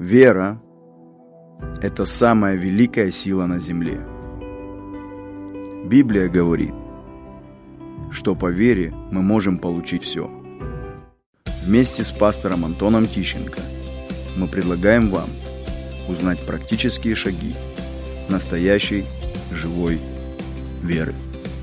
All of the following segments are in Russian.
Вера – это самая великая сила на земле. Библия говорит, что по вере мы можем получить все. Вместе с пастором Антоном Тищенко мы предлагаем вам узнать практические шаги настоящей живой веры.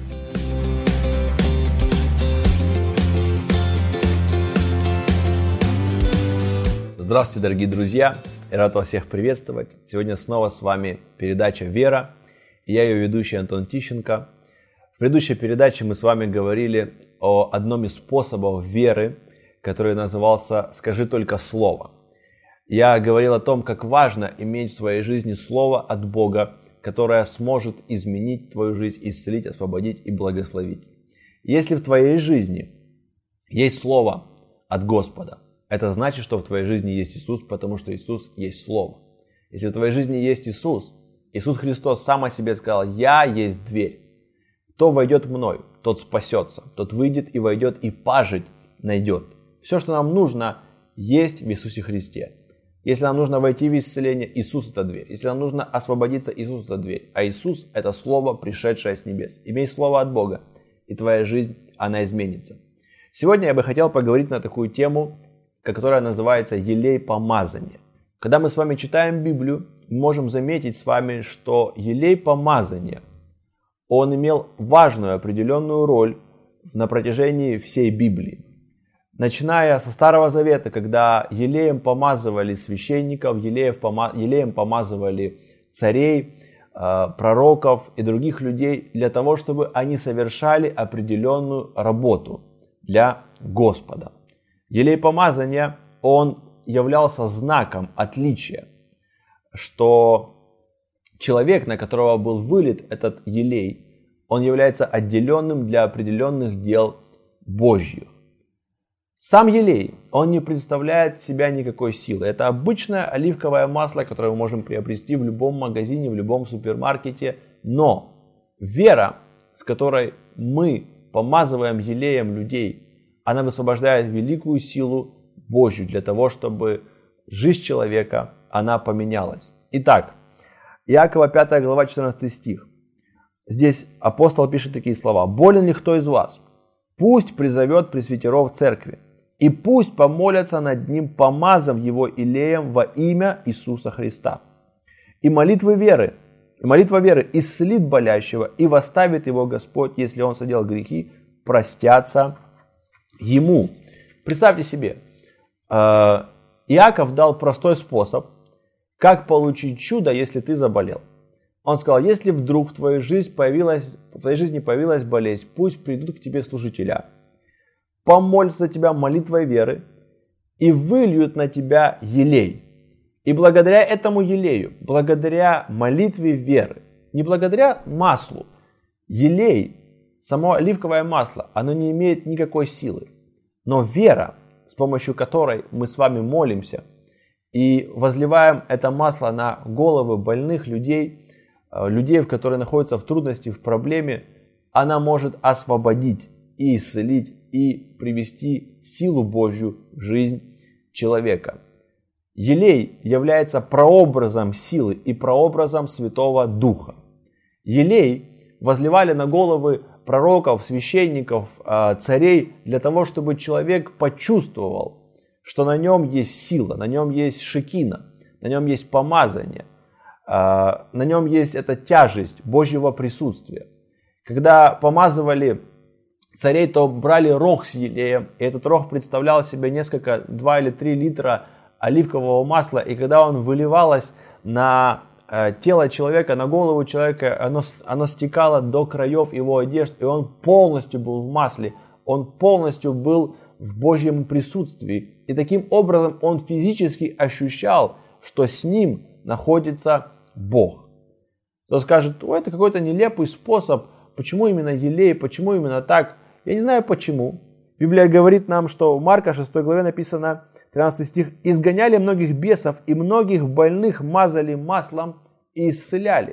Здравствуйте, дорогие друзья! Я рад вас всех приветствовать. Сегодня снова с вами передача «Вера». И я ее ведущий Антон Тищенко. В предыдущей передаче мы с вами говорили о одном из способов веры, который назывался «Скажи только слово». Я говорил о том, как важно иметь в своей жизни слово от Бога, которое сможет изменить твою жизнь, исцелить, освободить и благословить. Если в твоей жизни есть слово от Господа, это значит, что в твоей жизни есть Иисус, потому что Иисус есть Слово. Если в твоей жизни есть Иисус, Иисус Христос сам о себе сказал: «Я есть дверь. Кто войдет мною, тот спасется, тот выйдет и войдет, и пажить найдет». Все, что нам нужно, есть в Иисусе Христе. Если нам нужно войти в исцеление, Иисус – это дверь. Если нам нужно освободиться, Иисус – это дверь. А Иисус – это Слово, пришедшее с небес. Имей Слово от Бога, и твоя жизнь, она изменится. Сегодня я бы хотел поговорить на такую тему, которая называется елей помазания. Когда мы с вами читаем Библию, мы можем заметить с вами, что елей помазания, он имел важную определенную роль на протяжении всей Библии. Начиная со Старого Завета, когда елеем помазывали священников, елеем помазывали царей, пророков и других людей для того, чтобы они совершали определенную работу для Господа. Елей помазания, он являлся знаком отличия, что человек, на которого был вылит этот елей, он является отделенным для определенных дел Божьих. Сам елей, он не представляет себя никакой силы. Это обычное оливковое масло, которое мы можем приобрести в любом магазине, в любом супермаркете. Но вера, с которой мы помазываем елеем людей, она высвобождает великую силу Божью для того, чтобы жизнь человека, она поменялась. Итак, Иакова 5 глава 14 стих. Здесь апостол пишет такие слова. «Болен ли кто из вас? Пусть призовет пресвитеров церкви, и пусть помолятся над ним, помазав его илеем во имя Иисуса Христа. И молитва веры исцелит болящего, и восставит его Господь, если он соделал грехи, простятся ему». Представьте себе, Иаков дал простой способ, как получить чудо, если ты заболел. Он сказал: если вдруг в твоей жизни появилась болезнь, пусть придут к тебе служителя, помолятся за тебя молитвой веры и выльют на тебя елей. И благодаря этому елею, благодаря молитве веры, не благодаря маслу, елей, само оливковое масло, оно не имеет никакой силы. Но вера, с помощью которой мы с вами молимся и возливаем это масло на головы больных людей, которые находятся в трудности, в проблеме, она может освободить и исцелить и привести силу Божью в жизнь человека. Елей является прообразом силы и прообразом Святого Духа. Елей возливали на головы пророков, священников, царей для того, чтобы человек почувствовал, что на нем есть сила, на нем есть шекина, на нем есть помазание, на нем есть эта тяжесть Божьего присутствия. Когда помазывали царей, то брали рог с елеем, и этот рог представлял себе 2 или 3 литра оливкового масла, и когда он выливалось на тело человека, на голову человека, оно стекало до краев его одежд, и он полностью был в масле, он полностью был в Божьем присутствии. И таким образом он физически ощущал, что с ним находится Бог. Кто скажет: ой, это какой-то нелепый способ, почему именно елей, почему именно так? Я не знаю почему. Библия говорит нам, что в Марка 6 главе написано, 13 стих: «Изгоняли многих бесов, и многих больных мазали маслом и исцеляли».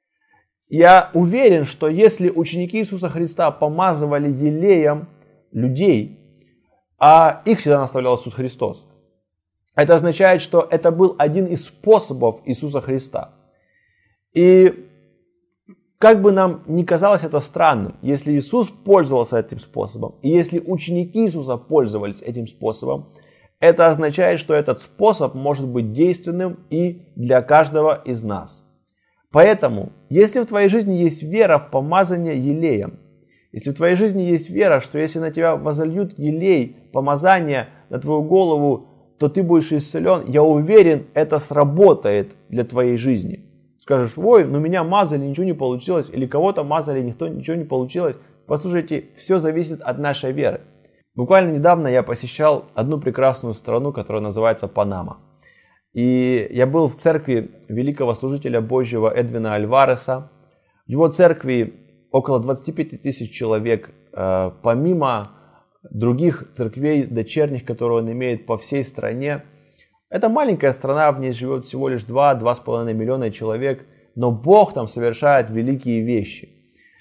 Я уверен, что если ученики Иисуса Христа помазывали елеем людей, а их всегда наставлял Иисус Христос, Это означает, что это был один из способов Иисуса Христа. И как бы нам ни казалось это странным, если Иисус пользовался этим способом, и если ученики Иисуса пользовались этим способом, это означает, что этот способ может быть действенным и для каждого из нас. Поэтому, если в твоей жизни есть вера в помазание елеем, если в твоей жизни есть вера, что если на тебя возольют елей, помазание на твою голову, то ты будешь исцелен, я уверен, это сработает для твоей жизни. Скажешь, ой, ну меня мазали, ничего не получилось, или кого-то мазали, ничего не получилось. Послушайте, все зависит от нашей веры. Буквально недавно я посещал одну прекрасную страну, которая называется Панама. И я был в церкви великого служителя Божьего Эдвина Альвареса. В его церкви около 25 тысяч человек, помимо других церквей дочерних, которые он имеет по всей стране. Это маленькая страна, в ней живет всего лишь 2-2,5 миллиона человек, но Бог там совершает великие вещи.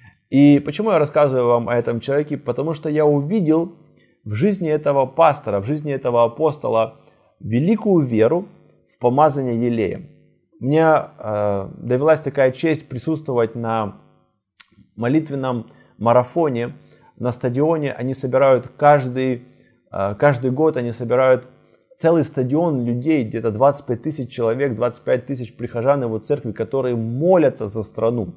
И почему я рассказываю вам о этом человеке? Потому что я увидел в жизни этого пастора, в жизни этого апостола великую веру в помазание елеем. Мне довелась такая честь присутствовать на молитвенном марафоне на стадионе. Они собирают каждый год, они собирают целый стадион людей, где-то 25 тысяч человек, 25 тысяч прихожан его церкви, которые молятся за страну.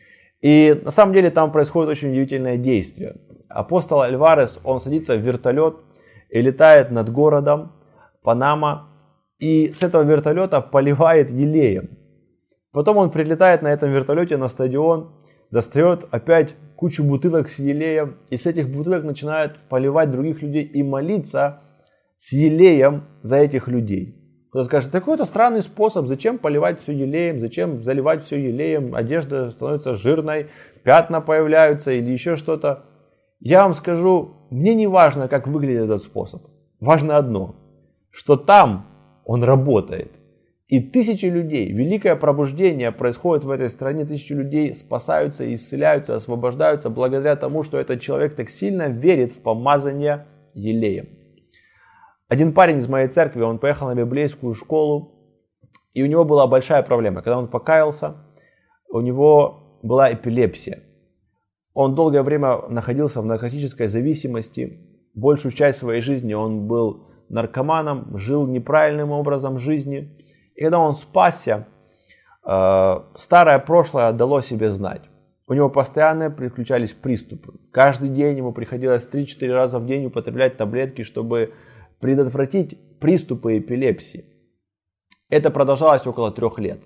И на самом деле там происходит очень удивительное действие. Апостол Альварес, он садится в вертолет и летает над городом Панама, и с этого вертолета поливает елеем. Потом он прилетает на этом вертолете на стадион, достает опять кучу бутылок с елеем, и с этих бутылок начинает поливать других людей и молиться с елеем за этих людей. Кто-то скажет, такой-то странный способ, зачем поливать все елеем, зачем заливать все елеем, одежда становится жирной, пятна появляются или еще что-то. Я вам скажу, мне не важно, как выглядит этот способ. Важно одно, что там он работает. И тысячи людей, великое пробуждение происходит в этой стране, тысячи людей спасаются, исцеляются, освобождаются благодаря тому, что этот человек так сильно верит в помазание елеем. Один парень из моей церкви, он поехал на библейскую школу, и у него была большая проблема. Когда он покаялся, у него была эпилепсия. Он долгое время находился в наркотической зависимости. Большую часть своей жизни он был наркоманом, жил неправильным образом жизни. И когда он спасся, старое прошлое дало себе знать. У него постоянно приключались приступы. Каждый день ему приходилось 3-4 раза в день употреблять таблетки, чтобы предотвратить приступы эпилепсии. Это продолжалось около 3 лет.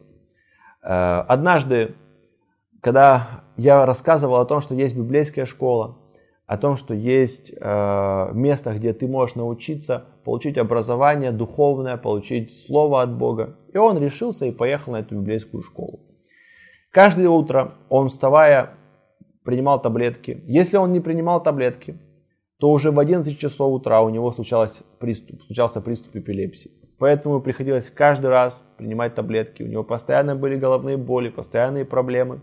Однажды, когда я рассказывал о том, что есть библейская школа, о том, что есть место, где ты можешь научиться, получить образование духовное, получить слово от Бога. И он решился и поехал на эту библейскую школу. Каждое утро он, вставая, принимал таблетки. Если он не принимал таблетки, то уже в 11 часов утра у него случался приступ эпилепсии. Поэтому ему приходилось каждый раз принимать таблетки. У него постоянно были головные боли, постоянные проблемы.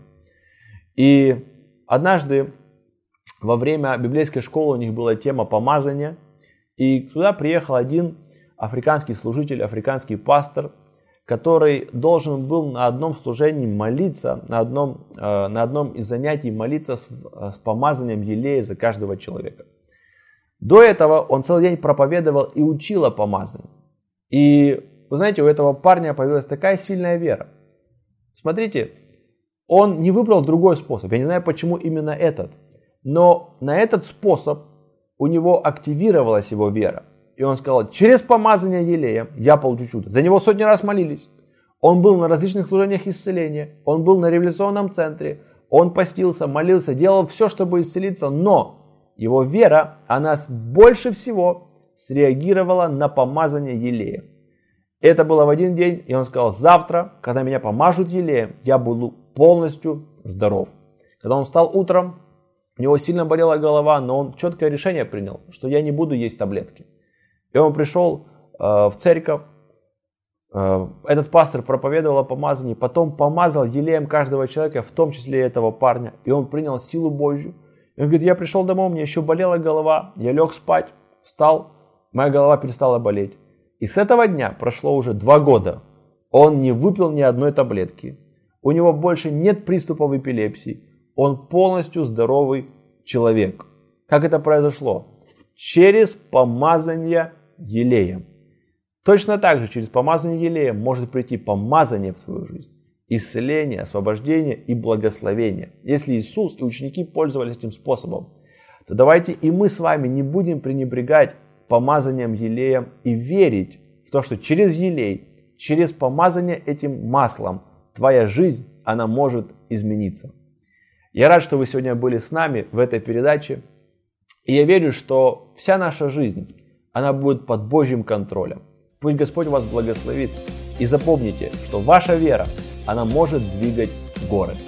И однажды во время библейской школы у них была тема помазания. И туда приехал один африканский служитель, африканский пастор, который должен был на одном служении молиться, на одном из занятий молиться с помазанием елея за каждого человека. До этого он целый день проповедовал и учил о помазании. И вы знаете, у этого парня появилась такая сильная вера. Смотрите, он не выбрал другой способ. Я не знаю, почему именно этот. Но на этот способ у него активировалась его вера. И он сказал, через помазание елеем я получу чудо. За него сотни раз молились. Он был на различных служениях исцеления. Он был на революционном центре. Он постился, молился, делал все, чтобы исцелиться. Но его вера, она больше всего среагировала на помазание елеем. Это было в один день, и он сказал, завтра, когда меня помажут елеем, я буду полностью здоров. Когда он встал утром, у него сильно болела голова, но он четкое решение принял, что я не буду есть таблетки. И он пришел в церковь, этот пастор проповедовал о помазании, потом помазал елеем каждого человека, в том числе и этого парня, и он принял силу Божью. И он говорит, я пришел домой, у меня еще болела голова, я лег спать, встал, моя голова перестала болеть. И с этого дня прошло уже 2 года. Он не выпил ни одной таблетки. У него больше нет приступов эпилепсии. Он полностью здоровый человек. Как это произошло? Через помазание елеем. Точно так же через помазание елеем может прийти помазание в свою жизнь. Исцеление, освобождение и благословение. Если Иисус и ученики пользовались этим способом, то давайте и мы с вами не будем пренебрегать помазанием елеем и верить в то, что через елей, через помазание этим маслом твоя жизнь, она может измениться. Я рад, что вы сегодня были с нами в этой передаче. И я верю, что вся наша жизнь, она будет под Божьим контролем. Пусть Господь вас благословит. И запомните, что ваша вера, она может двигать горы.